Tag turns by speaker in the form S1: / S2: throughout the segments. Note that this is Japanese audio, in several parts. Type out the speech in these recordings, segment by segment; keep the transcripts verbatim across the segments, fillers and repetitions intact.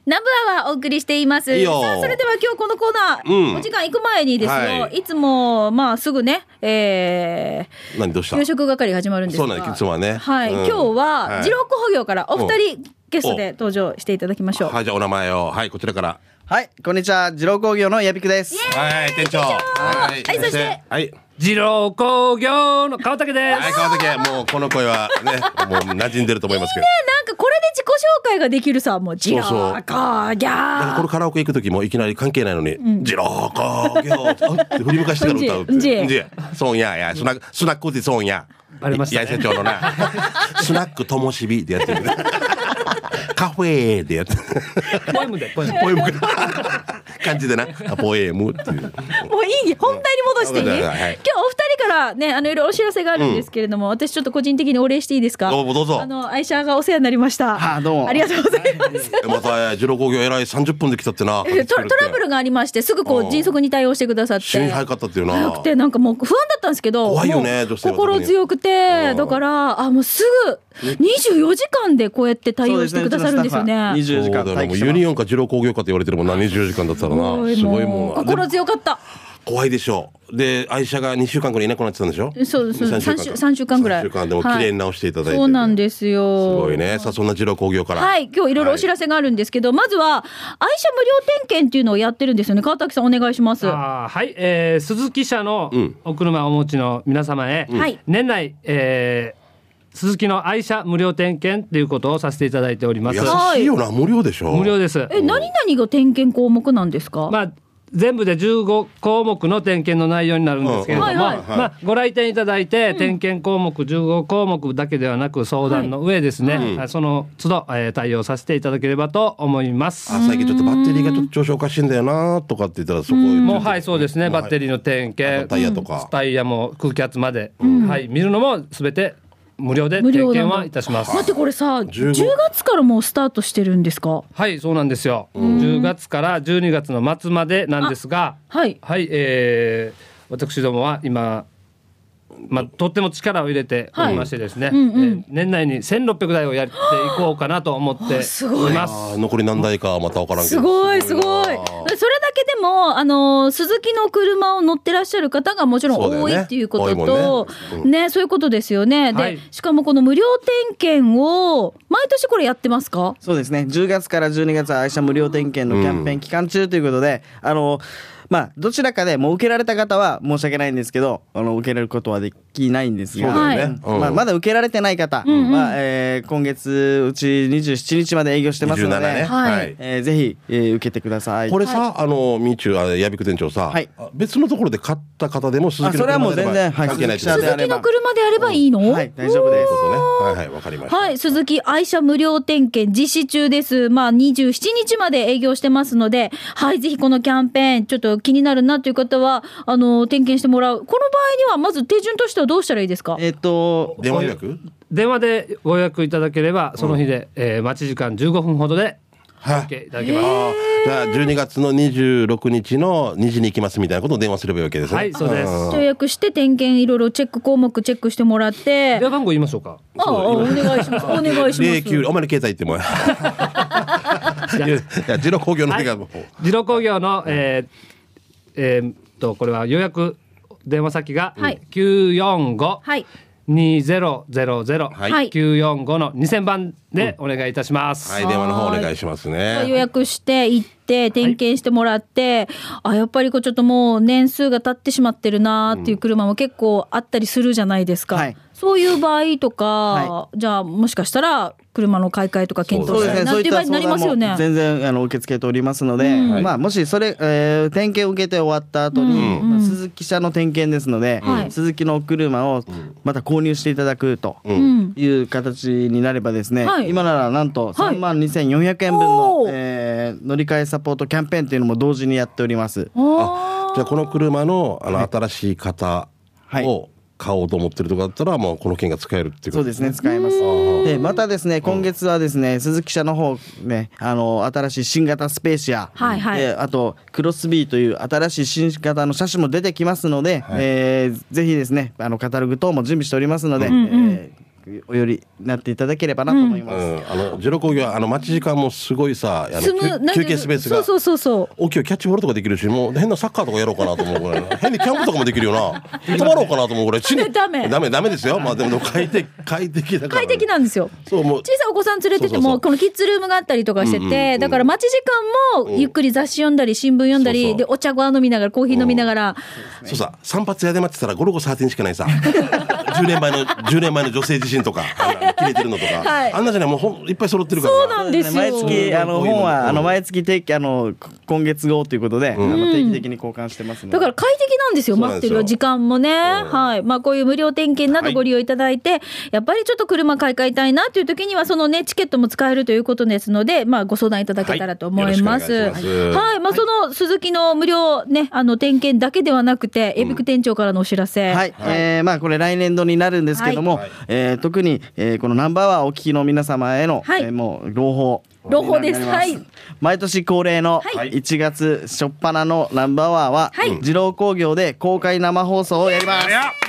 S1: ナブアワーお送りしています。
S2: いいよ。
S1: さあそれでは今日このコーナー、うん、お時間行く前にですよ、はい、いつもまあすぐね、えー、
S2: 何どうした
S1: 給食係が始まるんですが、
S2: そうなんいつもはね、
S1: はい、うん、今日は二郎工業からお二人、うん、ゲストで登場していただきましょう。
S2: はい、じゃあお名前を、はい、こちらから。
S3: はい、こんにちは、二郎工業のやびくです。
S2: はい、店長。
S1: はい、はい、そして
S2: はい
S4: 二郎工業の川竹です。
S2: はい、川竹、もうこの声はね、もう馴染んでると思いますけど。
S1: いいね、なんかこれで自己紹介ができるさ、もう二郎工業。だから
S2: これカラオケ行く時もいきなり関係ないのに、うん、二郎工業って振り向かしてから歌うって。うんじ、うんじ、そうやや、スナック、スナックでそうや。
S4: ありましたね。
S2: 八重社長のな、スナックともしびでやってる。カフェでやってる。
S4: ポエムで、ポエム。
S2: ポエム感じでな、ポエムっていう。も
S1: ういい、本題に戻していい、うん、はい、今日お二人からね、あのいろいろお知らせがあるんですけれども、うん、私ちょっと個人的にお礼していいですか。
S2: どうぞどうぞ。
S1: あの愛車がお世話になりました。
S3: はあ、どうも
S1: ありがとうございます。
S2: また二郎工業えらいさんじゅっぷんで来たってな。
S1: ト, トラブルがありましてすぐこう迅速に対応してくださって。
S2: 死に早かったっていうな。
S1: 早くてなんかもう不安だったんですけど。
S2: 怖いよね、女性の
S1: 心強くて、だからあもうすぐにじゅうよじかんでこうやって対応してくださるんですよね。
S3: にじゅうよじかん待機してます。
S2: ユニオンか二郎工業かって言われてるもんな。にじゅうよじかんだったらな、すごいもん。
S1: 心強かった。
S2: 怖いでしょう。で愛車がにしゅうかんくらいいなくなってたんでしょ。
S1: そうそう、さんしゅうかんぐらい。
S2: さんしゅうかんでも綺麗に直していただいて、はい、
S1: そうなんですよ。
S2: すごいね。さあそんな二郎工業から、
S1: はい、今日いろいろお知らせがあるんですけど、はい、まずは愛車無料点検っていうのをやってるんですよね。川崎さんお願いします。
S4: あ、はい、えー、鈴木社のお車をお持ちの皆様へ、うん、年内、えー、鈴木の愛車無料点検ということをさせていただいております。
S2: 優しいよな。無料でしょ。
S4: 無料です。
S1: え、何々が点検項目なんですか。
S4: まあ全部でじゅうごこうもくの点検の内容になるんですけれども、まあ、ご来店いただいて、うん、点検項目じゅうごこうもくだけではなく相談の上ですね、はいはい、その都度、えー、対応させていただければと思います。
S2: あ、最近ちょっとバッテリーがちょっと調子おかしいんだよなとかって言ったらそこ
S4: もう、はい、そうですね、バッテリーの点検、
S2: タイヤとか
S4: タイヤも空気圧まで、うん、はい、見るのもすべて無料で点検はいたします。
S1: 待って、これさじゅうがつからもうスタートしてるんですか。
S4: はい、そうなんですよ。じゅうがつからじゅうにがつの末までなんですが、
S1: はい、
S4: はい、えー、私どもは今、まあ、とっても力を入れておりましてですね、はい、うんうん、えー、年内にせんろっぴゃくだいをやっていこうかなと思っております。すごい。
S2: 残り何台かまた分からんけど、
S1: すごいすごい。それだけでもあの鈴木の車を乗ってらっしゃる方がもちろん多いっていうことと、そう、ね、うん、ね、そういうことですよね。で、はい、しかもこの無料点検を毎年これやってますか。
S3: そうですね、じゅうがつからじゅうにがつは愛車無料点検のキャンペーン期間中ということで、うん、あのまあ、どちらかでもう受けられた方は申し訳ないんですけど、あの受けられることはできないんですが、
S2: そうだよね、うん、
S3: まあ、まだ受けられてない方は、うんうん、えー、今月うちにじゅうしちにちまで営業してますので、
S2: ね、はい、
S3: えー、ぜひ、えー、受けてください。
S2: これさ、
S3: はい、
S2: あのみーちゅうやびく店長さ、はい、別のところで買った方でも鈴木の車であれば関係ないです。
S1: 鈴木の車であればいいの、うん、
S3: はい、大丈夫です。
S2: はいはい、わかりました。
S1: はい、鈴木愛車無料点検実施中です。まあにじゅうしちにちまで営業してますので、はい、ぜひこのキャンペーンちょっと気になるなという方はあの点検してもらう。この場合にはまず手順としてはどうしたらいいですか。
S3: えっと
S2: 電話予約
S4: 電話でご予約いただければその日で、うん、えー、待ち時間じゅうごふんほどで OK いただけます。
S2: じゃあじゅうにがつのにじゅうろくにちのにじに行きますみたいなことを電話すればいいわけですね。
S4: はい、そうです。
S1: 予約して点検いろいろチェック項目チェックしてもらって、
S4: 電話番号言いましょうか。
S1: ああ、お願いします。お願いします。
S2: ゼロきゅうお前の携帯言ってもいや、二郎工業の手が、はい、
S4: 二郎工業の、えーえー、とこれは予約電話先がきゅうよんご にゼロゼロゼロ きゅうよんごのにせんばんでお願いいたします。
S2: はい、電話の方お願いしますね。
S1: 予約して行って点検してもらって、はい、あ、やっぱりこうちょっともう年数が経ってしまってるなっていう車も結構あったりするじゃないですか、はい、そういう場合とか、はい、じゃあもしかしたら車の買い替えとか検討したいなっていう場合になりますよね。
S3: 全然あの受け付けておりますので、うん、まあ、もしそれ、えー、点検を受けて終わった後に、うんまあ、鈴木社の点検ですので、うん、鈴木の車をまた購入していただくという形になればですね、はい、今ならなんとさんまんにせんよんひゃくえんぶんの、はい、えー、乗り換えサポートキャンペーンというのも同時にやっております。
S2: あ、じゃあこの車の、あの新しい型を買おうと思ってるとかだったら、もうこの券が使えるっていうことですね。
S3: そうですね、使えます。でまたですね、今月はですね、鈴木社の方ね、あの新しい新型スペーシア、はいはい、であとクロスビーという新しい新型の車種も出てきますので、はい、えー、ぜひですね、あのカタログ等も準備しておりますので、うんうん、えーお寄りになっていただければなと思います、うん
S2: うん、あのジロ工業はあの待ち時間もすごいさ、あの休憩スペースが
S1: そうそうそう
S2: 大きいキャッチボールとかできるし、もう変なサッカーとかやろうかなと思うぐらい変にキャンプとかもできるよな泊まろうかなと思うぐらい
S1: ダメ
S2: ダメダメですよ。まあでも快適快適だから、ね、
S1: 快適なんですよ。そうもう小さいお子さん連れててもそうそうそうこのキッズルームがあったりとかしてて、うんうんうん、だから待ち時間もゆっくり雑誌読んだり新聞読んだり、うん、でお茶ご飯飲みながらコーヒー飲みながら、
S2: うん、そうさ散髪屋で待ってたらゴルゴじゅうさんしかないさじゅうねんまえのじゅうねんまえの女性自身とか切れてるのとか、はい、あんなじゃないもうほんいっぱい揃ってるから。
S1: そうなんですよ。
S3: 毎月あの本はあの毎月定期あの今月号ということで、うん、あの定期的に交換してますので、
S1: だから快適なんですよ。待ってる時間もね、はい、まあこういう無料点検などご利用いただいて、はい、やっぱりちょっと車買い替えたいなという時にはそのねチケットも使えるということですので、まあご相談いただけたらと思います。はい、はい、まあその鈴木の無料ねあの点検だけではなくて、エビク店長からのお知らせ、
S3: はい、はい、えー、まあこれ来年度になるんですけども、はい、えー、特に、えー、このナンバーワンお聞きの皆様への、はい、えー、もう朗報
S1: 朗報です。はい。
S3: 毎年恒例のいちがつ初っ端のナンバーワンは、はい、二郎工業で公開生放送をやります。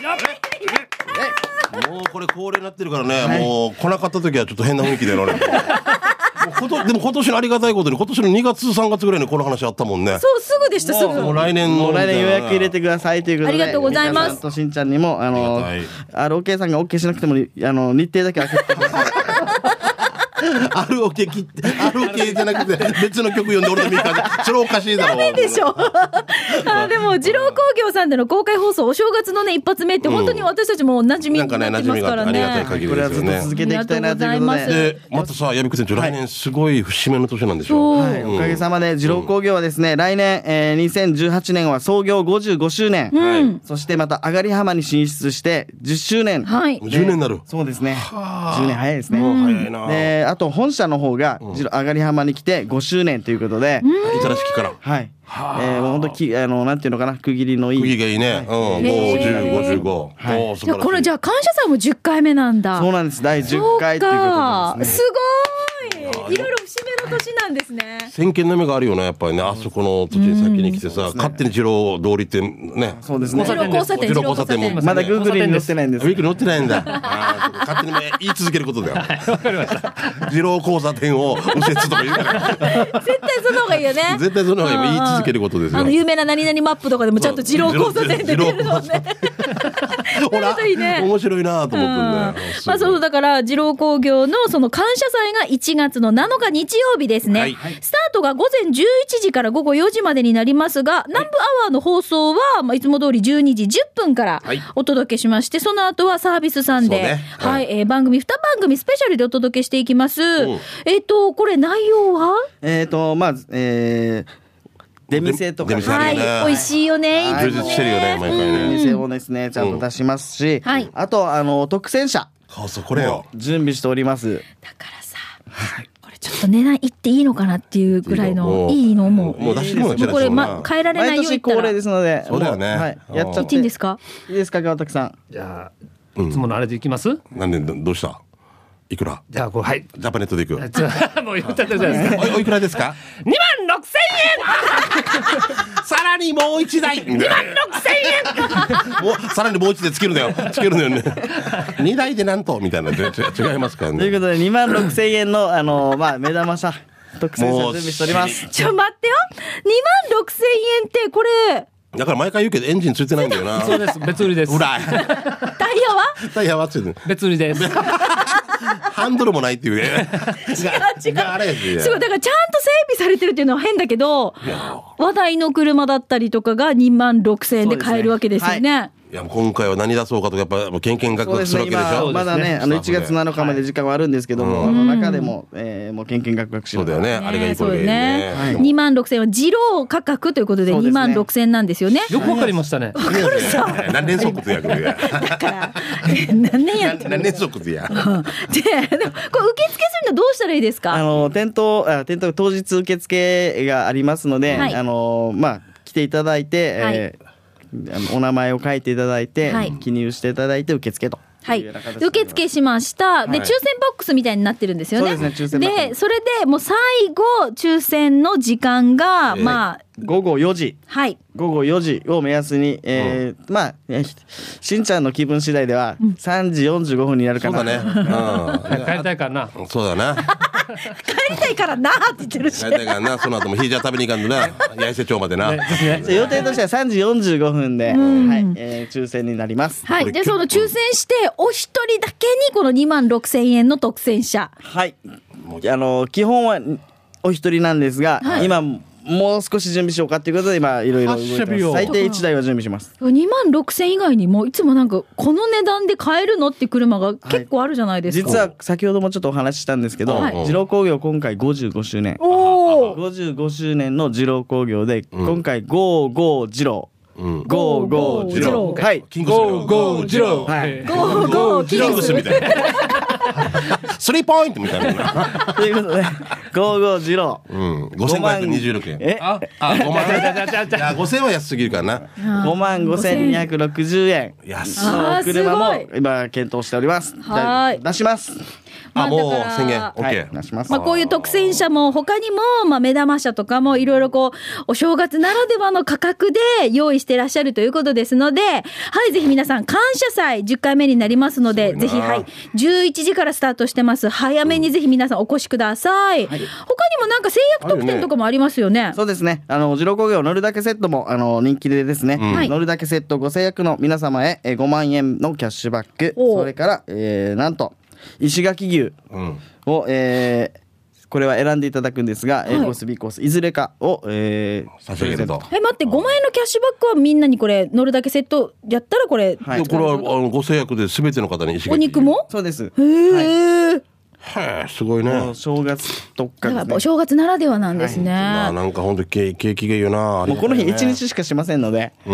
S2: もうこれ恒例になってるからね、はい、もう来なかった時はちょっと変な雰囲気でやられる。でも今年のありがたいことに今年のにがつさんがつぐらいにこの話あったもんね。
S1: そうすぐでした。すぐ
S2: もう来年
S3: もう来年予約入れてくださいということで、
S1: ありがとうございます。
S3: さんとしんちゃんにもあの アールオーケー さんが OK しなくてもあの日程だけ開けてください。
S2: アールオーケー 切って アールオーケー じゃなくて別の曲読んで俺でもいいからそれおかしいだろ。
S1: ダメでしょ。あでも二郎工業さんでの公開放送お正月のね一発目って本当に私たちも馴染みになってますからね。
S2: なんかね馴染みがありがたい限りですよね。これはずっと続
S3: けていきたいなということで。
S2: でまたさ矢吹店長来年すごい節目の年なんでしょう。
S3: はい、おかげさまで二郎工業はですね、うん、来年、えー、にせんじゅうはちねんは創業ごじゅうごしゅうねん、うん、そしてまた上がり浜に進出してじゅっしゅうねん、
S1: はい、
S2: じゅうねんになる。
S3: そうですね。じゅうねん早いですね。
S2: もう早いな。
S3: であと本社の方が、うん、上がり浜に来てごしゅうねんということで、
S2: 板敷から、
S3: はい、はえー、もう本当きあのなんていうのかな区切りのいい。
S2: 区切りがいいね。はい、うん、ごじゅう、ごじゅうご。はい。
S1: じゃあこれじゃあ感謝祭もじゅっかいめなんだ。
S3: そうなんです。だいじゅっかいということですね。
S1: すごい。いろいろ節目の年なんですね。
S2: 先見の目があるよねやっぱりね。あそこの土地に先に来てさ、勝手に二郎通りってね。
S3: そうですね。
S1: 二郎交差点。
S2: 二郎交差点も
S3: まだグーグルに載ってないんです。
S2: グーグルに載ってないんだ。勝手に言い続けることだよ。わかりました。二郎交差点を右折とか言うから。
S1: 絶対その方がいいよね。
S2: 絶対その方がいい。言い続けることですよ。
S1: あの有名な何々マップとかでもちゃんと二郎交差点で出るのね。
S2: ほら面白いなと思ってんだよ。
S1: まあそうだから二郎工業のその感謝祭がいちがつのなのか日曜日ですね。はい、スタートが午前じゅういちじからごごよじまでになりますが、南部アワーの放送はまあいつも通りじゅうにじじゅっぷんからお届けしまして、その後はサービスサンデー、ね、はい、はい、えー、番組にばんぐみスペシャルでお届けしていきます。うん、えっ、ー、とこれ内容は
S3: えっ、ー、とまず、えー出店とか、ね、
S1: はい、美味しいよね。
S2: 充実してるよね、毎回ね。
S3: 出店をですね、ちゃんと出しますし、うん、あとあの特選者、
S2: そうそうこれよ
S3: 準備しております。
S1: だからさ、はい、これちょっと値段いっていいのかなっていうぐらいのいいのも
S2: もう出してるの
S1: これま変えられないように
S3: 毎年恒例ですので、
S2: そうだよね。
S3: はい、やっちゃって
S1: いいんですか？
S3: いいですか、川崎さん。
S4: じゃあいつものあれでいきます？
S2: なんでどうした？いくら？
S4: じゃあこれはい
S2: ジャパネットでいく。
S4: もう言っちゃってるじゃないですか。
S2: おいくらですか？
S4: にまんろくせんえ
S2: ん。さらにもう一台。
S4: にまんろくせんえ
S2: ん。もうさらにもう一台つけるのよ。つけるのよね。にだいでなんとみたいな違いますからね。
S3: ということでにまんろくせんえんのあのまあ目玉車特選車準備しております。
S1: ちょ待ってよ。にまんろくせんえんってこれ。
S2: だから毎回言うけどエンジンついてないんだよな。
S4: そうです。別売りです。
S2: ほら。
S1: タイヤは？
S2: タイヤはついてる。
S4: 別売りです。
S2: ハンドルもないっていうね。
S1: 違う違う。すごいだからちゃんと整備されてるっていうのは変だけど、話題の車だったりとかがにまんろくせんえんで買えるわけですよね。
S2: いや今回は何出そうかとかやっぱもう献金額するわけでしょ。
S3: ね、まだねあのいちがつなのかまで時間はあるんですけども、はい、あの中でも、えー、もう献金額額し
S2: そうだよね。あれがいいこれがいいね。
S1: はい、にまんろくせんえんは二郎価格ということでにまんろくせんえんなんですよね。
S4: よくわかりましたね。
S1: わかるさ。
S2: 何連続やこれ。だ
S1: から何年やってる。
S2: 何連続や。
S1: で、でもこれ受付するのどうしたらいいですか。
S3: あの店頭あ店頭当日受付がありますので、はい、あのまあ来ていただいて。はい、えーあのお名前を書いていただいて、はい、記入していただいて受付と、
S1: はい、受付しました。で、はい、抽選ボックスみたいになってるんですよね。
S3: そうですね、抽選ボックス。
S1: でそれでもう最後抽選の時間が、えー、まあ
S3: 午後よじ、
S1: はい、
S3: 午後よじを目安に、えーうん、まあ、ね、しんちゃんの気分次第ではさんじよんじゅうごふんになるかな。
S2: そうだね、うん、
S4: 帰りたいからな。
S2: そうだな
S1: 帰りたいからなって言ってるし、
S2: 帰りたいからな。その後もヒージャー食べに行かんとな八重瀬町までな、ね
S3: ね、予定としてはさんじよんじゅうごふんで、うんはいえー、抽選になります。
S1: はい、でその抽選してお一人だけにこのにまんろくせんえんの特選者、
S3: はいあの基本はお一人なんですが、はい、今もう少し準備しようかということで今いろいろ動いてます。最低いちだいは準備します。
S1: にまんろくせん以外にもいつもなんかこの値段で買えるのって車が結構あるじゃないですか、
S3: はい、実は先ほどもちょっとお話ししたんですけど、はい、二郎工業今回ごじゅうごしゅうねん、
S1: お
S3: ごじゅうごしゅうねんの二郎工業で、うん、今回ごじゅうご二郎うん、ゴーゴージロー、はい、
S2: キングスゴーゴージロー、
S3: はい、
S1: ゴーゴー
S2: キングスみたいなスリーポイントみたいな
S3: ということでゴーゴージロ
S2: ー、うん、ごせんごひゃくにじゅうろくえん
S3: え
S2: ああごまんいやごせんは安すぎるからな。
S3: ごまんごせんにひゃくろくじゅうえん
S2: 安
S3: い車も今検討しております。
S1: はい
S3: 出します。
S2: あ、もう宣言 OK、はい、
S3: 出します。
S1: まあ、こういう特選車も他にも、まあ、目玉車とかもいろいろこうお正月ならではの価格で用意してらっしゃるということですので、はい、ぜひ皆さん感謝祭じゅっかいめになりますので、ぜひ、はい、じゅういちじからスタートしてます。早めにぜひ皆さんお越しください、うんはい、他にもなんか制約特典とかもありますよね。
S3: そうですね、あの二郎工業乗るだけセットもあの人気でですね、うん、乗るだけセットご制約の皆様へごまんえんのキャッシュバック、それから、えー、なんと石垣牛を、うんえー、これは選んでいただくんですが、はい、A コース B コースいずれかを、えー、
S2: 差し上げると。
S1: え待ってごまんえんのキャッシュバックはみんなにこれ乗るだけセットやったらこれ、
S2: はい、これはあのご制約で全ての方に石垣
S1: お肉も
S3: そうです。
S1: へー、はい
S2: へえすごいね。
S3: 正月特化ですね。
S1: お正月ならではなんですね、はい、
S2: まあなんか本当景景気がいいよな。
S3: もうこの日一日しかしませんので、
S2: うん、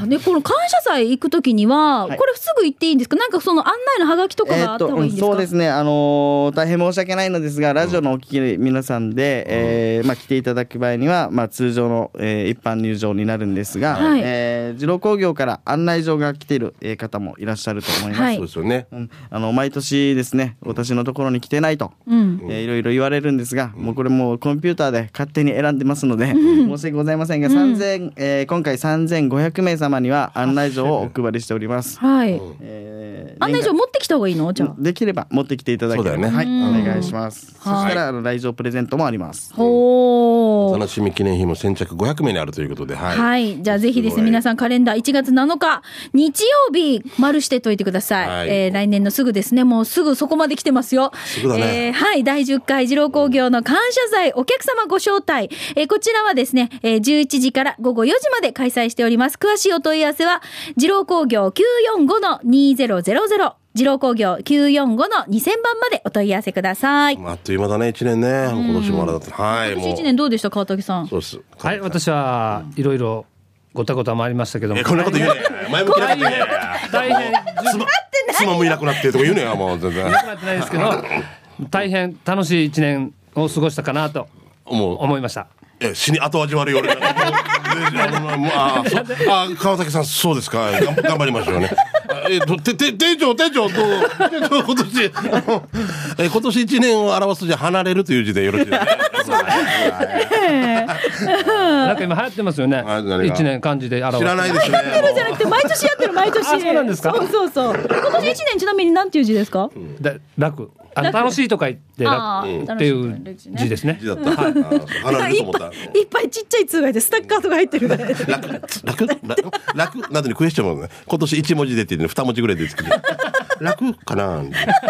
S1: でこの感謝祭行くときには、はい、これすぐ行っていいんですか。なんかその案内のハガキとかがあった方がいいんですか。
S3: えー、そうですね、あのー、大変申し訳ないのですがラジオのお聞き皆さんで、うんえーまあ、来ていただく場合には、まあ、通常の、えー、一般入場になるんですが、はいえー、二郎工業から案内状が来ている方もいらっしゃると思います、はい、
S2: そうですよね、
S3: うん、あの毎年ですね私のところに来てないと、うんえー、いろいろ言われるんですが、うん、もうこれもうコンピューターで勝手に選んでますので、うん、申し訳ございませんが、うんさんぜんえー、今回さんぜんごひゃくめい様には案内状をお配りしております。
S1: はい、えー、案内状持ってきた方がいいの。じゃあ
S3: できれば持ってきていただければ、
S2: そうだよね、
S3: はい、お願いします。そしたらあの来場プレゼントもあります。
S1: お
S2: 楽しみ記念品も先着ごひゃくめいにあるということで、はい、
S1: はい、じゃあぜひですね皆さんカレンダーいちがつなのか日曜日丸してといてください、はいえー、来年のすぐですね、もうすぐそこまで来てますよ。
S2: すぐだね、
S1: えー、はいだいじゅっかい二郎工業の感謝祭お客様ご招待、えー、こちらはですね、えー、じゅういちじからごごよじまで開催しております。詳しいお問い合わせは二郎工業 きゅうよんごのにぜろぜろぜろ 二郎工業 きゅうよんごのにせんばんまでお問い合わせください。
S2: あっという間だねいちねんね。今年もあれだった、はい、
S1: 今年いちねんどうでした川竹さん。
S2: そうです
S4: はい私はいろいろごたごたもありましたけども、
S2: えこんなこと言うね前向きなこと言うね
S4: 大変
S2: 妻もいなくなってとか言うねもう全然い
S4: なくなってないですけど大変楽しいいちねんを過ごしたかなと思いました。
S2: え死に後味悪い俺あああ川竹さんそうですか頑張りましょうね。えとてて店長店長どう今年え今年いちねんを表すじゃ離れるという字でよろしいですね。
S4: なんか今流行ってますよねいちねん漢字で表す。
S2: 知らないですね。
S1: 流行ってるじゃなくて毎年やってる毎年。
S4: あそうなんですか。
S1: そうそうそう今年いちねんちなみに何ていう字ですか。
S4: で楽あの楽しいとか言って楽っていう字ですね。
S2: 字だった。離れると思った。
S1: いっぱいちっちゃい通がいてスタッカーとか入ってる。楽
S2: 楽楽などにクエスチョンもね今年いち文字でって言ってに文字ぐらいで作る。楽かな。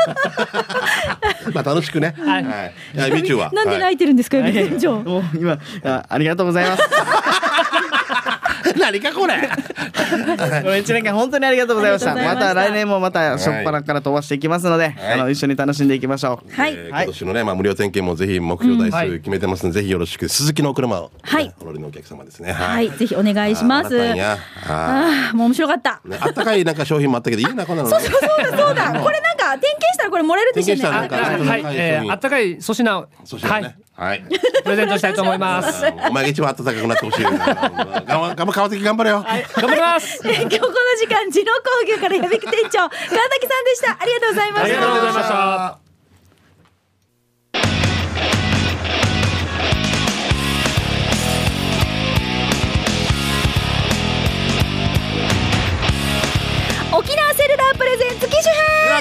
S2: まあ楽しくね。はい。いやみちゅは。
S1: なんで泣いてるんですか店長。
S3: もう今ありがとうございます。
S2: 何かこれ
S3: このいちねんかん本当にありがとうございました。また来年もまた初っ端から飛ばしていきますので、はい、あの一緒に楽しんでいきましょう。
S1: はい、
S2: えー、今年のね、まあ、無料点検もぜひ目標台数決めてますので、うん、ぜひよろしく。鈴木のお車を、ね、はい、お乗りのお客様ですね。
S1: はい、はい、ぜひお願いします。ああもう面白かった、
S2: ね、あったかいなんか商品もあったけどいいなこんなの、
S1: ね、そうそうそうだそうだこれなんか点検したらこれ漏れるでしょうね。
S4: はい、えー、あったかい粗品を
S2: はい、はい、
S4: プレゼントしたいと思います。
S2: お前が一番暖かくなってほしい。頑張頑張川崎頑張れよ。
S4: はい、頑張ります。
S1: 今日この時間二郎工業から矢引店長川崎さんでした。ありがとうございました。
S4: ありがとうございました。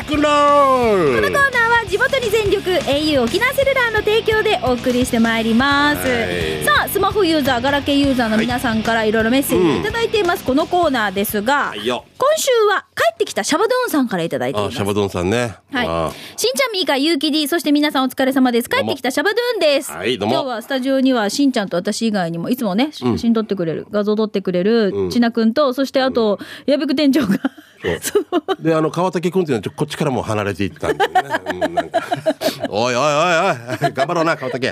S2: クンロール。
S1: このコーナーは地元に全力 エーユー 沖縄セルラーの提供でお送りしてまいります。さあスマホユーザーガラケーユーザーの皆さんからいろいろメッセージをいただいています、うん、このコーナーですが、はい、今週は帰ってきたシャバドゥンさんからいただいています。
S2: あシャバドゥンさんね、
S1: はい、しんちゃんみーかゆうき D そして皆さんお疲れ様です。帰ってきたシャバドゥンです、はい、どうも今日はスタジオにはしんちゃんと私以外にもいつもね写真撮ってくれる、うん、画像撮ってくれる、うん、ちなくんとそしてあと、うん、矢部店長が
S2: そうであの川竹君っていうのはこっちからも離れていったんでね、うん、なんかおいおいおいおい頑張ろうな川竹、はい、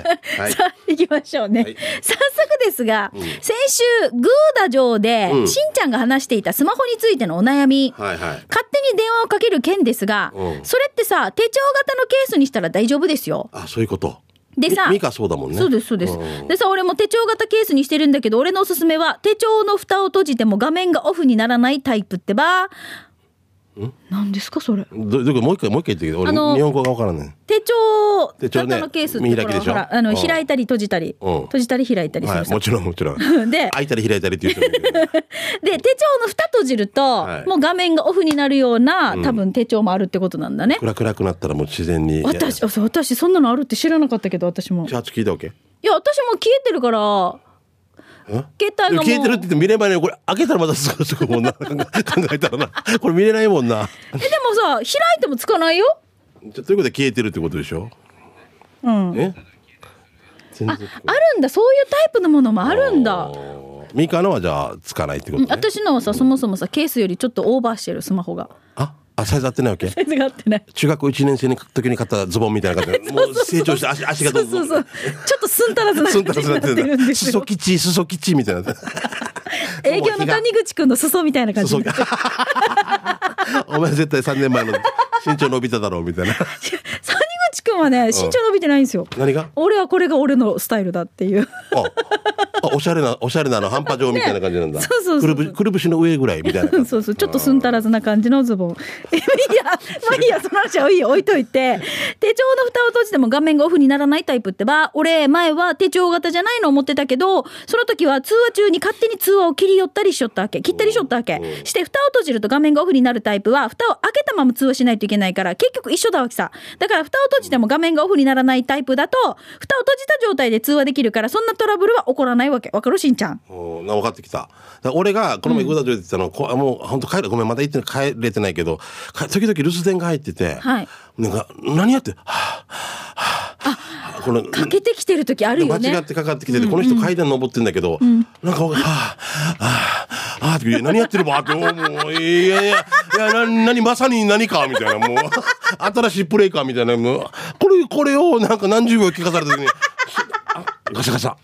S1: さあ行きましょうね、はい、早速ですが、うん、先週グーダ城で、うん、しんちゃんが話していたスマホについてのお悩み、はいはい、勝手に電話をかける件ですが、うん、それってさ手帳型のケースにしたら大丈夫ですよ。
S2: あそういうこと
S1: でさ、
S2: ミカそうだもんね。
S1: そうですそうです、うん、でさ俺も手帳型ケースにしてるんだけど俺のおすすめは手帳の蓋を閉じても画面がオフにならないタイプってばん何ですかそれ。
S2: どどもう一回もう一回言ってけど俺日本語がわからない。
S1: 手帳型のケースってほらあの開いたり閉じたり、うん、閉じたり開いたりする、
S2: はい、もちろんもちろんで開いたり開いたりって言う人もいるで手
S1: 帳の蓋閉じると、はい、もう画面がオフになるような、うん、多分手帳もあるってことなんだね。
S2: 暗くなったらもう自然に
S1: 私あそう私そんなのあるって知らなかったけど私も
S2: じゃあ聞いたわけ。い
S1: や私も消えてるから携帯がもう
S2: 消えてるって言って見ればねこれ開けたらまたすぐすぐもんな考えたらなこれ見れないもんな
S1: えでもさ開いてもつかないよ。
S2: じゃということで消えてるってことでしょ。
S1: うんえあ, あるんだそういうタイプのものもあるんだ。
S2: ミカのはじゃあつかないってことね。
S1: 私のはさそもそもさケースよりちょっとオーバーしてるスマホが
S2: ああサイズ合ってないわけ。
S1: サイズが合ってない。
S2: 中学校いちねん生の時に買ったズボンみたいな感じでもう成長して足足がどんどん
S1: そうそうそうちょっとスンタラズな感じになってるんですよ。
S2: 裾吉裾吉みたいな
S1: 営業の谷口くんの裾みたいな感じになってる
S2: お前絶対さんねんまえの身長伸びただろうみたいな谷
S1: 口くんはね身長伸びてないんですよ、
S2: うん、何が
S1: 俺はこれが俺のスタイルだっていう
S2: ああおしゃれなおしゃれなの半端状みたいな感じなんだ、ね、
S1: そうそうそう
S2: くるぶくるぶしの上ぐらいみたいな
S1: そうそうちょっとすんたらずな感じのズボンいやまあいいやその話はいいよ置いといて手帳の蓋を閉じても画面がオフにならないタイプってば俺前は手帳型じゃないの思ってたけどその時は通話中に勝手に通話を切り寄ったりしよったわけ切ったりしよったわけして蓋を閉じると画面がオフになるタイプは蓋を開けたまま通話しないといけないから結局一緒だわけさ。だから蓋を閉じても画面がオフにならないタイプだと蓋を閉じた状態で通話できるからそんなトラブルは起こらないわけ。わかるしんちゃん。
S2: おな分かってきた。だ俺がこの前グーダジョで言ってたの、うん、もう本当帰るごめんまだ言って帰れてないけど時々留守電が入ってて、はい、なんか何やってはあは
S1: あこのかけてきてる時あるよね。
S2: 間違ってかかってきてて、うんうん、この人階段登ってんだけど、うん、なんかはあはあああって何やってるばってもういやいやいやな何まさに何かみたいなもう新しいプレイかみたいなもうこれこれをなんか何十秒聞かされた時にガサガサ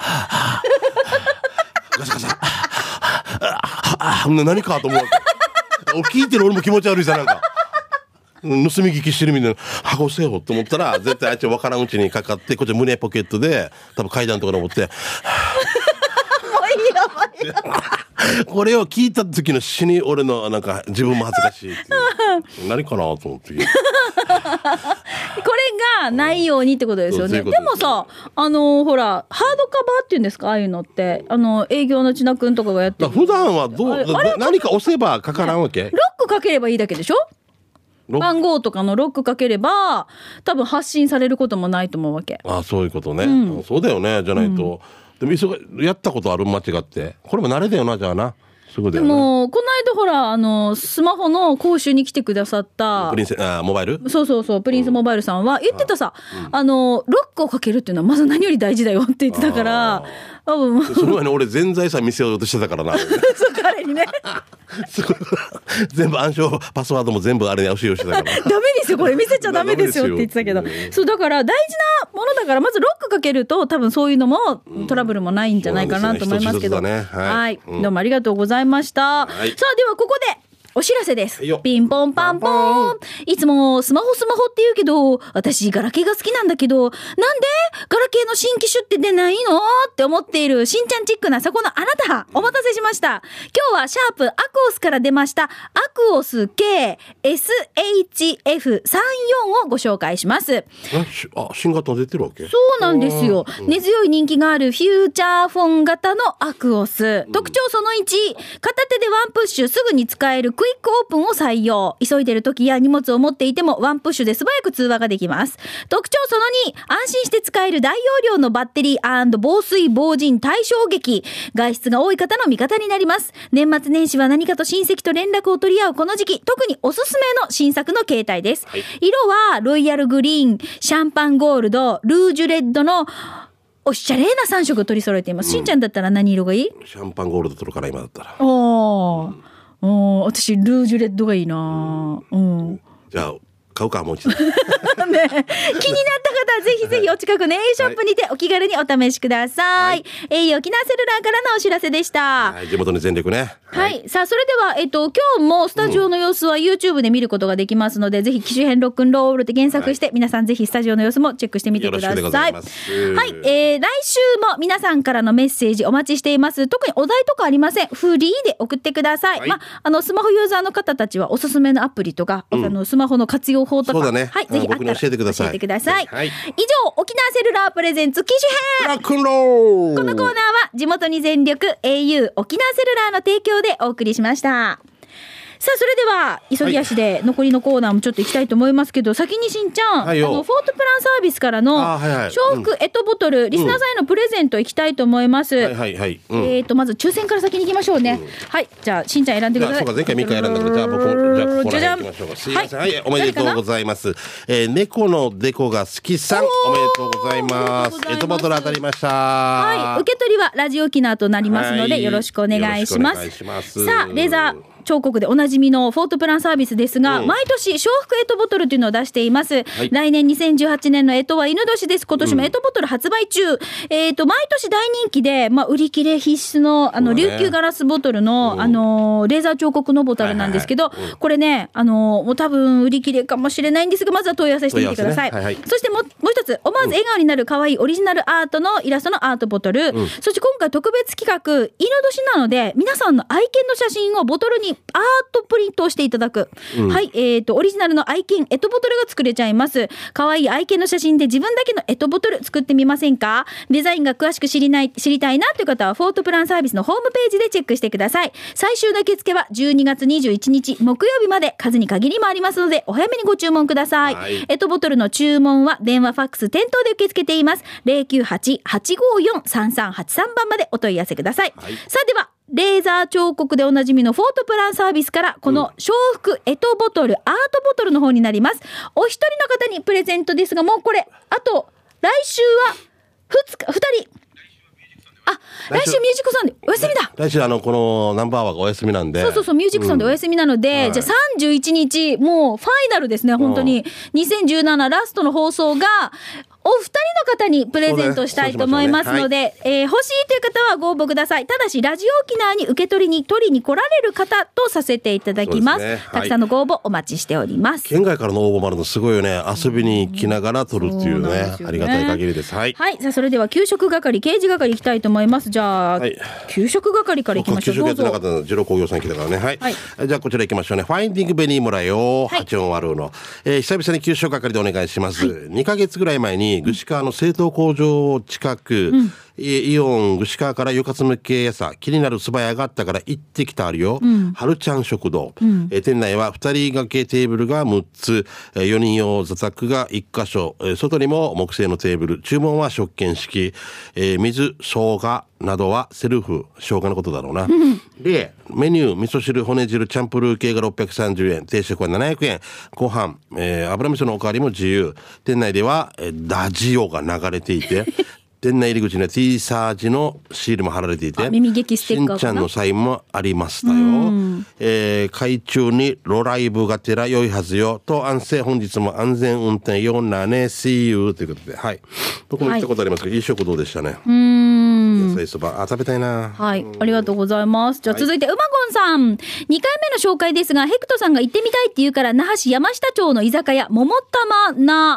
S2: ガサガサああ何かと思う俺聞いてる俺も気持ち悪いさなんか盗み聞きしてるみたいな箱せよと思ったら絶対あいつ分からんうちにかかってこっち胸ポケットで多分階段とか登っても
S1: ういいよ
S2: これを聞いた時の死に俺のなんか自分も恥ずかしいっていう何かなと思ってこれ
S1: がないようにってことですよね。でもさあのー、ほらハードカバーっていうんですかああいうのってあの営業の千奈くんとかがやってる
S2: 普段はどう何か押せばかからんわけ。
S1: ロックかければいいだけでしょ。番号とかのロックかければ多分発信されることもないと思うわけ。
S2: ああそういうことね、うん、そうだよねじゃないと、うん、でもやったことある間違ってこれも慣れだよなじゃあなすぐだよね。
S1: でもこの間ほらあのスマホの講習に来てくださった
S2: プリンスあモバイル
S1: そうそうそうプリンスモバイルさんは言ってたさ、うん、あのロックをかけるっていうのはまず何より大事だよって言ってたから
S2: その前に俺全財産見せようとしてたからなそう
S1: 彼にね
S2: 全部暗証パスワードも全部あれに押しようしてたから
S1: ダメですよこれ見せちゃダメですよって言ってたけどそうだから大事なものだからまずロックかけると多分そういうのもトラブルもないんじゃないかなと思いますけど、うんねはいはい、どうもありがとうございました、はい、さあではここでお知らせです。ピンポンパンポーン。いつもスマホスマホって言うけど、私ガラケーが好きなんだけど、なんでガラケーの新機種って出ないのって思っているしんちゃんチックなそこのあなた、お待たせしました。今日はシャープアクオスから出ましたアクオス ケーエスエイチエフさんじゅうよん をご紹介します。
S2: あ、新型出てるわけ？
S1: そうなんですよ。根強い人気があるフューチャーフォン型のアクオス。特徴そのいち、片手でワンプッシュすぐに使えるクイイックオープンを採用。急いでる時や荷物を持っていてもワンプッシュで素早く通話ができます。特徴そのに、安心して使える大容量のバッテリー&防水防塵対衝撃。外出が多い方の味方になります。年末年始は何かと親戚と連絡を取り合うこの時期、特におすすめの新作の携帯です。はい、色はロイヤルグリーン、シャンパンゴールド、ルージュレッドのおしゃれなさん色を取り揃えています。うん、しんちゃんだったら何色がいい？
S2: シャンパンゴールド取るから今だったら。
S1: おー、おー、私ルージュレッドがいいな。うん。
S2: じゃあ買うかもう一度。ね、気になった方
S1: はぜひぜひお近くの エー ショップにてお気軽にお試しください。はい、エーユー 沖縄セルラーからのお知らせでした。
S2: はい、地元に全力ね。
S1: はい、はい、さあそれではえっと今日もスタジオの様子は YouTube で見ることができますので、うん、ぜひ機種編ロックンロールで検索して、はい、皆さんぜひスタジオの様子もチェックしてみてください。よろしくでございます。はい、えー、来週も皆さんからのメッセージお待ちしています。特にお題とかありません。フリーで送ってください。はい、まああのスマホユーザーの方たちはおすすめのアプリとか、うん、あのスマホの活用法とか、
S2: ね、
S1: はい、ぜひあったら
S2: 教えてください。
S1: 教えてください。
S2: はい、
S1: 以上沖縄セルラープレゼンツ機種編
S2: ロックンロール。
S1: このコーナーは地元に全力 エーユー 沖縄セルラーの提供でお送りしました。さあそれでは急ぎ足で残りのコーナーもちょっと行きたいと思いますけど、はい、先にしんちゃん、はい、あのフォートプランサービスからの笑福エトボトル、うん、リスナーさんへのプレゼント行きたいと思います。うん、はいはいはい、うん、えーとまず抽選から先に行きましょうね。うん、はい、じゃあしんちゃん選んでください。
S2: そうか前回みっか選んだからじゃあ僕じゃあここら辺行きましょうか。すいません、はい、はい、おめでとうございます。えー、猫のデコが好きさんおめでとうございます。エトボトル当たりました。
S1: はい、受け取りはラジオ沖縄となりますので、はい、よろしくお願いします。さあレーザー彫刻でおなじみのフォートプランサービスですが、うん、毎年笑福エトボトルというのを出しています。はい、来年にせんじゅうはちねんのエトは犬年です。今年もエトボトル発売中。うん、えっと毎年大人気で、まあ売り切れ必須のあの琉球ガラスボトルの、うん、あのレーザー彫刻のボトルなんですけど、はいはいはい、これねあのもう多分売り切れかもしれないんですが、まずは問い合わせしてみてください。ねはいはい、そしてももう一つ思わず笑顔になる可愛いオリジナルアートのイラストのアートボトル。うん、そして今回特別企画犬年なので皆さんの愛犬の写真をボトルにアートプリントをしていただく。うん、はい、えっと、オリジナルの愛犬エトボトルが作れちゃいます。可愛い愛犬の写真で自分だけのエトボトル作ってみませんか？デザインが詳しく知りない、知りたいなという方は、フォートプランサービスのホームページでチェックしてください。最終の受付はじゅうにがつにじゅういちにち木曜日まで、数に限りもありますので、お早めにご注文ください。はい、エトボトルの注文は、電話、ファックス、店頭で受け付けています。ゼロきゅうはち はちごよん さんさんはちさんばんまでお問い合わせください。はい、さあでは、レーザー彫刻でおなじみのフォートプランサービスからこの笑福エトボトル、うん、アートボトルの方になります。お一人の方にプレゼントですが、もうこれあと来週はふつかふたり、あ来週ミュージックソンでお休みだ。
S2: 来週あのこのナンバーワーがお休みなんで、
S1: そうそうそうミュージックソンでお休みなので、うん、じゃあさんじゅういちにちもうファイナルですね。本当ににせんじゅうななラストの放送がお二人の方にプレゼントしたいと思いますので、ねはいえー、欲しいという方はご応募ください。ただしラジオ沖縄に受け取りに取りに来られる方とさせていただきます。すねはい、たくさんのご応募お待ちしております。
S2: 県外からの応募もあるのすごいよね。遊びに来ながら取るっていうね、ねありがたい限りです。はい、
S1: はい、さあそれでは給食係刑事係いきたいと思います。じゃあ、はい、給食係からいきましょう。
S2: 給食やってなかったの二郎工業さん来たからね。はい、はい、じゃあこちら行きましょうね。ファインディングベニー村よ、はい、八音割るの、えー、久々に給食係でお願いします。はい、にかげつぐらい前に串川の製糖工場近く、うん、イオン串川からよかつ向けやさ気になる素早があったから行ってきたあるよ、うん、はるちゃん食堂、うんえー、店内はふたり掛けテーブルがむっつ、えー、よにん用座卓がいっかしょ、えー、外にも木製のテーブル、注文は食券式、えー、水生姜などはセルフ、生姜のことだろうな、うん、でメニュー味噌汁骨汁チャンプルー系がろっぴゃくさんじゅうえん、定食はななひゃくえん、ご飯、えー、油味噌のおかわりも自由。店内では、えー、ラジオが流れていて店内入り口には T サージのシールも貼られていて、
S1: 耳劇ステッカーかな、
S2: しんちゃんのサインもありましたよ。えー、海中にロライブがてら良いはずよと安静、本日も安全運転よなね See you ということで、はい、僕も行ったことありますけど、はい、いい食堂でしたね。うーん、野菜そば、あ食べたいな。
S1: はい、ありがとうございます。じゃあ続いて、はい、うまごんさん、にかいめの紹介ですが、ヘクトさんが行ってみたいって言うから、那覇市山下町の居酒屋桃玉な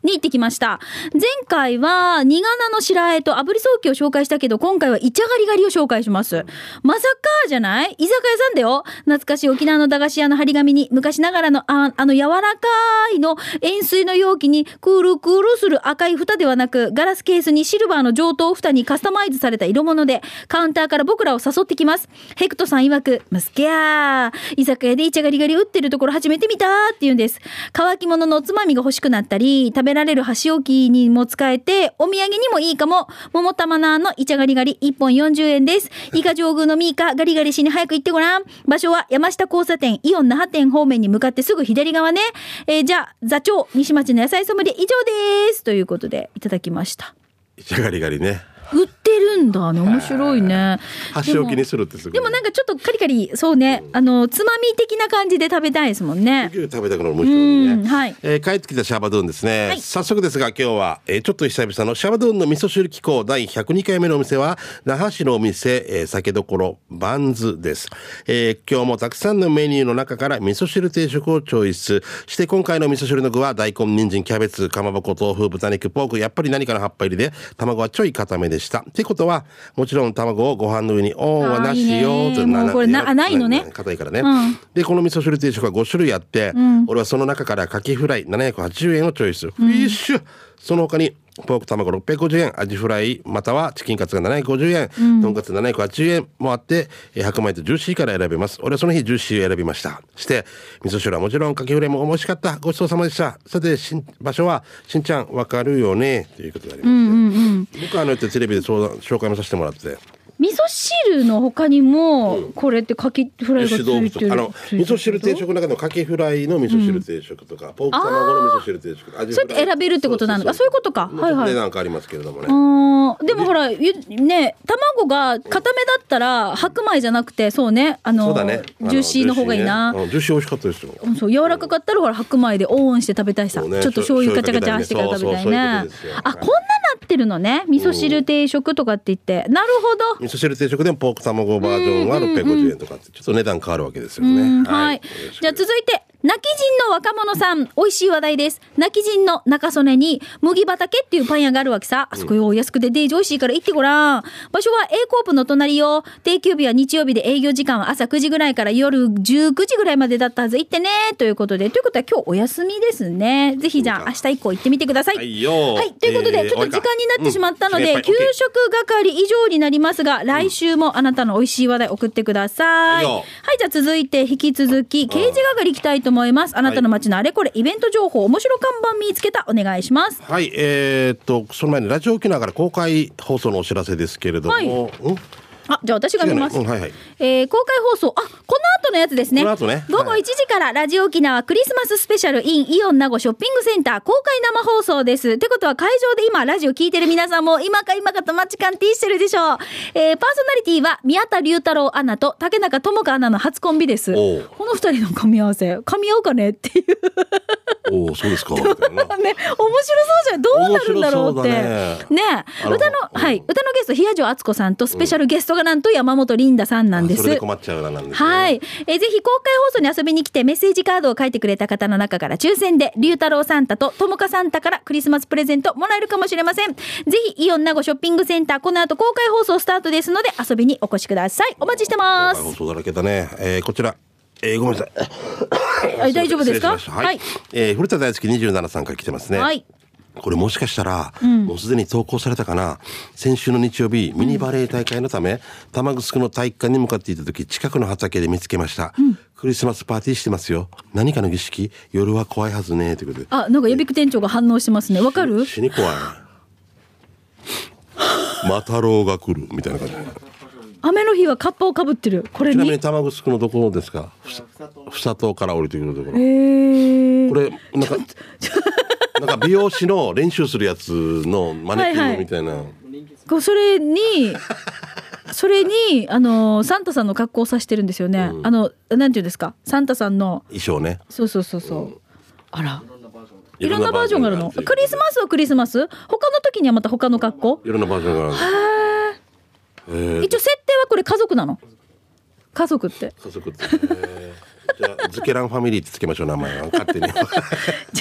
S1: に行ってきました。前回はニガナの白あえと炙りソーキを紹介したけど、今回はイチャガリガリを紹介します。まさかじゃない？居酒屋さんだよ。懐かしい沖縄の駄菓子屋の張り紙に昔ながらのあ、あの柔らかいの円錐の容器にクールクールする赤い蓋ではなく、ガラスケースにシルバーの上等蓋にカスタマイズされた色物で、カウンターから僕らを誘ってきます。ヘクトさん曰く、ムスケやー、居酒屋でイチャガリガリ売ってるところ初めて見たーって言うんです。乾き物のおつまみが欲しくなったり、食べられる箸置きにも使えて、お土産にもいいかも。桃玉菜のイチャガリガリいっぽんよんじゅうえんです。イカ上宮のミーカガリガリしに早く行ってごらん。場所は山下交差点イオン那覇店方面に向かってすぐ左側ね。えー、じゃあ座長西町の野菜ソムリエ以上ですということでいただきました。
S2: イチャガリガリね。
S1: 売ってるんだね。面白いね。
S2: 箸置きにするってすごい。
S1: でもなんかちょっとカリカリ、そうね、うん、あのつまみ的な感じで食べたいですもんね。
S2: 食べたくなる面白いね。
S1: はい。
S2: えー、帰ってきたシャバドゥンですね。はい、早速ですが今日は、えー、ちょっと久々のシャバドゥンの味噌汁機構だいひゃくにかいめのお店は那覇市のお店、えー、酒どころバンズです。えー、今日もたくさんのメニューの中から味噌汁定食をチョイスして今回の味噌汁の具は大根、人参、キャベツ、かまぼこ、豆腐、豚肉、ポーク、やっぱり何かの葉っぱ入りで卵はちょい固めでした。ってことはもちろん卵をご飯の上にオンはなしよと
S1: なこれなないのね。
S2: 硬いからね、うん、でこの味噌汁定食はご種類あって、うん、俺はその中からカキフライななひゃくはちじゅうえんをチョイス、うん、フィッシュその他にポーク卵ろっぴゃくごじゅうえん、アジフライまたはチキンカツがななひゃくごじゅうえん、うん、トンカツななひゃくはちじゅうえんもあって白米とジューシーから選べます。俺はその日ジューシーを選びました。して味噌汁はもちろんカキフライも美味しかった。ごちそうさまでした。さて場所はしんちゃんわかるよねということがありまして、うんうんうん、僕はあのテレビで相談紹介もさせてもらって
S1: 味噌汁の他にもこれってカキフライがついてる、
S2: あの味噌汁定食の中のカキフライの味噌汁定食とか、うん、ポーク卵の味噌汁定食、
S1: そうやって選べるってことなのか。そういうことか。はいはい。
S2: 値段かありますけれどもね。
S1: あでもほらね卵が固めだったら白米じゃなくてそうねあの
S2: そうだね
S1: ジューシーの方がいいな。
S2: ジューシー美味しかったですよ。
S1: そう柔らかかったらほら白米でオンして食べたいさ、ね、ちょっと醤油ガチャガチャしてから食べたいね。あこんななってるのね味噌汁定食とかって言って、なるほど。
S2: 味噌汁定食でもポーク卵バージョンはろっぴゃくごじゅうえんとかってちょっと値段変わるわけですよね。
S1: はい、はい、じゃあ続いて泣き人の若者さん、美味しい話題です。泣き人の中曽根に麦畑っていうパン屋があるわけさ。あそこよ安くてデージ美味しいから行ってごらん。場所は A コープの隣よ。定休日は日曜日で営業時間は朝くじぐらいから夜じゅうくじぐらいまでだったはず。行ってねということで、ということは今日お休みですね。ぜひじゃあ明日以降行ってみてください。はいよ、はい、ということで、えー、ちょっと時間になってしまったので、うん、給食係以上になりますが、来週もあなたの美味しい話題送ってください。はい、はい、じゃあ続いて引き続き刑事係行きたいと思います。あなたの街のあれこれイベント情報、面白看板見つけたお願いします。
S2: はい、えー、っとその前にラジオ沖縄から公開放送のお知らせですけれども、はい、うん
S1: あ、じゃあ私が見ます、
S2: うんはいはい
S1: えー、公開放送、あ、この後のやつですね。
S2: この後ね、
S1: 午後いちじからラジオ沖縄クリスマススペシャル in イオン名護ショッピングセンター公開生放送です。ってことは会場で今ラジオ聞いてる皆さんも今か今かとマッチカンティーしてるでしょう。えー、パーソナリティは宮田龍太郎アナと竹中智香アナの初コンビです。この二人の噛み合わせ噛み合うかねっていう
S2: おお、そうですか。ね、
S1: 面白そうじゃん。どうなるんだろうって。ね, ね歌の、はい、歌のゲスト、平城敦子さんとスペシャルゲストがなんと山本リンダさんなんです。
S2: それで困っちゃうななんですね。
S1: はい。えー、ぜひ公開放送に遊びに来てメッセージカードを書いてくれた方の中から抽選で、龍太郎サンタと友香サンタからクリスマスプレゼントもらえるかもしれません。ぜひ、イオン名護ショッピングセンター、この後公開放送スタートですので、遊びにお越しください。お待ちしてます。
S2: 公開放送だらけだね。えー、こちら。えー、ごめんなさい。
S1: 大丈夫ですか？
S2: はい。はい、えー、古田大好きにじゅうななさんから来てますね。はい。これもしかしたら、うん、もうすでに投稿されたかな。先週の日曜日、ミニバレー大会のため、玉城の体育館に向かっていた時、近くの畑で見つけました。うん、クリスマスパーティーしてますよ。何かの儀式、夜は怖いはずね。ということで。
S1: あ、なんか予備店長が反応してますね。わかる？
S2: 死に怖い。マタロウが来るみたいな感じ。
S1: 雨の日はカッパをかぶってる。これに
S2: ちなみに玉城のどころですか？ふさとから降りてくるところ。
S1: へー。
S2: これなんかなんか美容師の練習するやつのマネキンみたいな。はいはい、
S1: それにそれにあのサンタさんの格好をさしてるんですよね。うん、あのなんていうんですか、サンタさんの
S2: 衣装ね。
S1: そうそうそうそう。うん、あら。いろんなバージョンがあるの。クリスマスはクリスマス。他の時にはまた他の格好。
S2: いろんなバージョンがある。
S1: へー。一応設定はこれ家族なの？家族って。
S2: 家族って。じゃあズケランファミリーってつけましょう名前は勝手に。じゃあ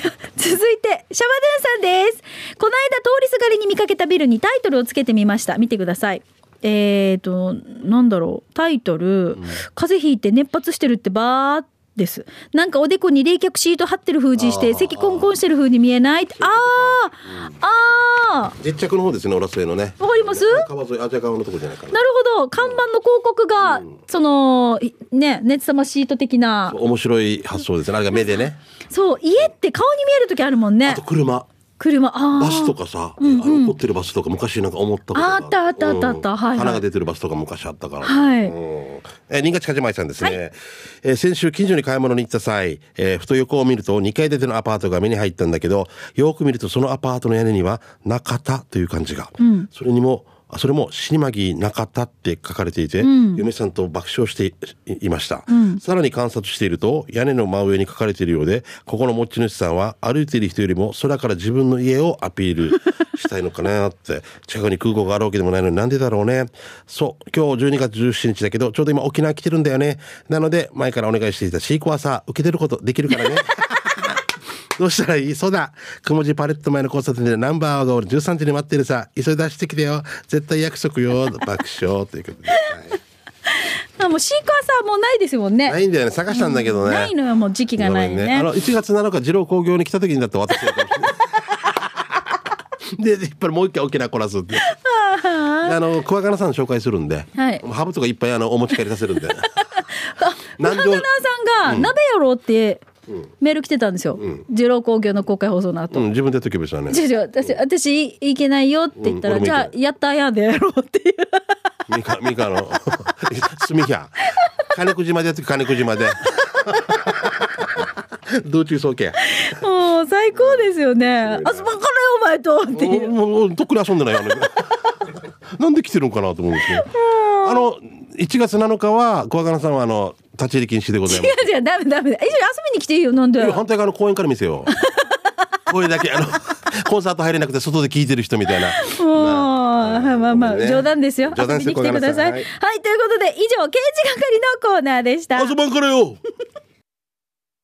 S1: 続いてシャバドゥンさんです。この間通りすがりに見かけたビルにタイトルをつけてみました。見てください。えーとなんだろうタイトル、うん、風邪ひいて熱発してるってばーです。なんかおでこに冷却シート貼ってる風にして咳コンコンしてる風に見えない。あー、うん、あー
S2: 実着の方ですね。オラスウェイのね。
S1: わかります？
S2: 川沿いアジャ川のとこじゃないかな。
S1: なるほど。看板の広告が、うん、そのね熱さまシート的な
S2: 面白い発想ですね。あれが目でね。
S1: そう家って顔に見える時あるもんね。
S2: あと車
S1: 車あ
S2: バスとかさ、うんうん、あの怒ってるバスとか昔なんか思ったことが
S1: あったあったあったあった、うん、はいはい、
S2: 花が出てるバスとか昔あったから、
S1: はい、
S2: うん、え新潟かじまいさんですね、はい、えー、先週近所に買い物に行った際、えー、ふと横を見るとにかい建てのアパートが目に入ったんだけど、よく見るとそのアパートの屋根には中田という漢字が、うん、それにもそれも死にまぎ中田って書かれていて、うん、嫁さんと爆笑していました、うん、さらに観察していると屋根の真上に書かれているようで、ここの持ち主さんは歩いている人よりも空から自分の家をアピールしたいのかなって近くに空港があるわけでもないのになんでだろうね。そう今日じゅうにがつじゅうしちにちだけどちょうど今沖縄来てるんだよね。なので前からお願いしていたシークワーサー受けてることできるからねどうしたらいい？そうだ、くもじパレット前の交差点でナンバーが俺じゅうさんじに待ってるさ、急いで出してきてよ、絶対約束よ爆笑ということで、はい、
S1: あもうシークワーサーもうないですもんね。
S2: ないんだよね。探したんだけどね、うん、
S1: ないのよ。もう時期がないね。
S2: あのいちがつなのか二郎工業に来た時にだって渡してるかもしれないでやっぱりもう一回沖縄来らすってあのクワガナさん紹介するんで、はい、ハブとかいっぱいあのお持ち帰りさせるんでク
S1: ワガナさんが鍋やろうって、うん、メール来てたんですよ、うん、二郎工業の公開放送の後、うん、
S2: 自分でやっときましたね。
S1: 違う違う私、私いけないよって言ったら、うん、じゃあやったやでやろうっていう
S2: ミカミカのすみひゃ金久島でやってく金久島で道中総計
S1: もう最高ですよね。あそばからよお前とっていう
S2: もうとっくに遊んでないよなんで来てるのかなと思うんですけどあのいちがつなのかは小若菜さんはあの立ち入り禁止でございます。
S1: 違う違うダメダメだ。一緒に遊びに来ていいよ。なんで
S2: 反対側の公園から見せようこれだけあのコンサート入れなくて外で聴いてる人みたいな
S1: もうまあまあまあ、ね、冗談ですよ。遊びに来てください。はい、はい、ということで以上刑事係のコーナーでした。
S2: 朝晩からよ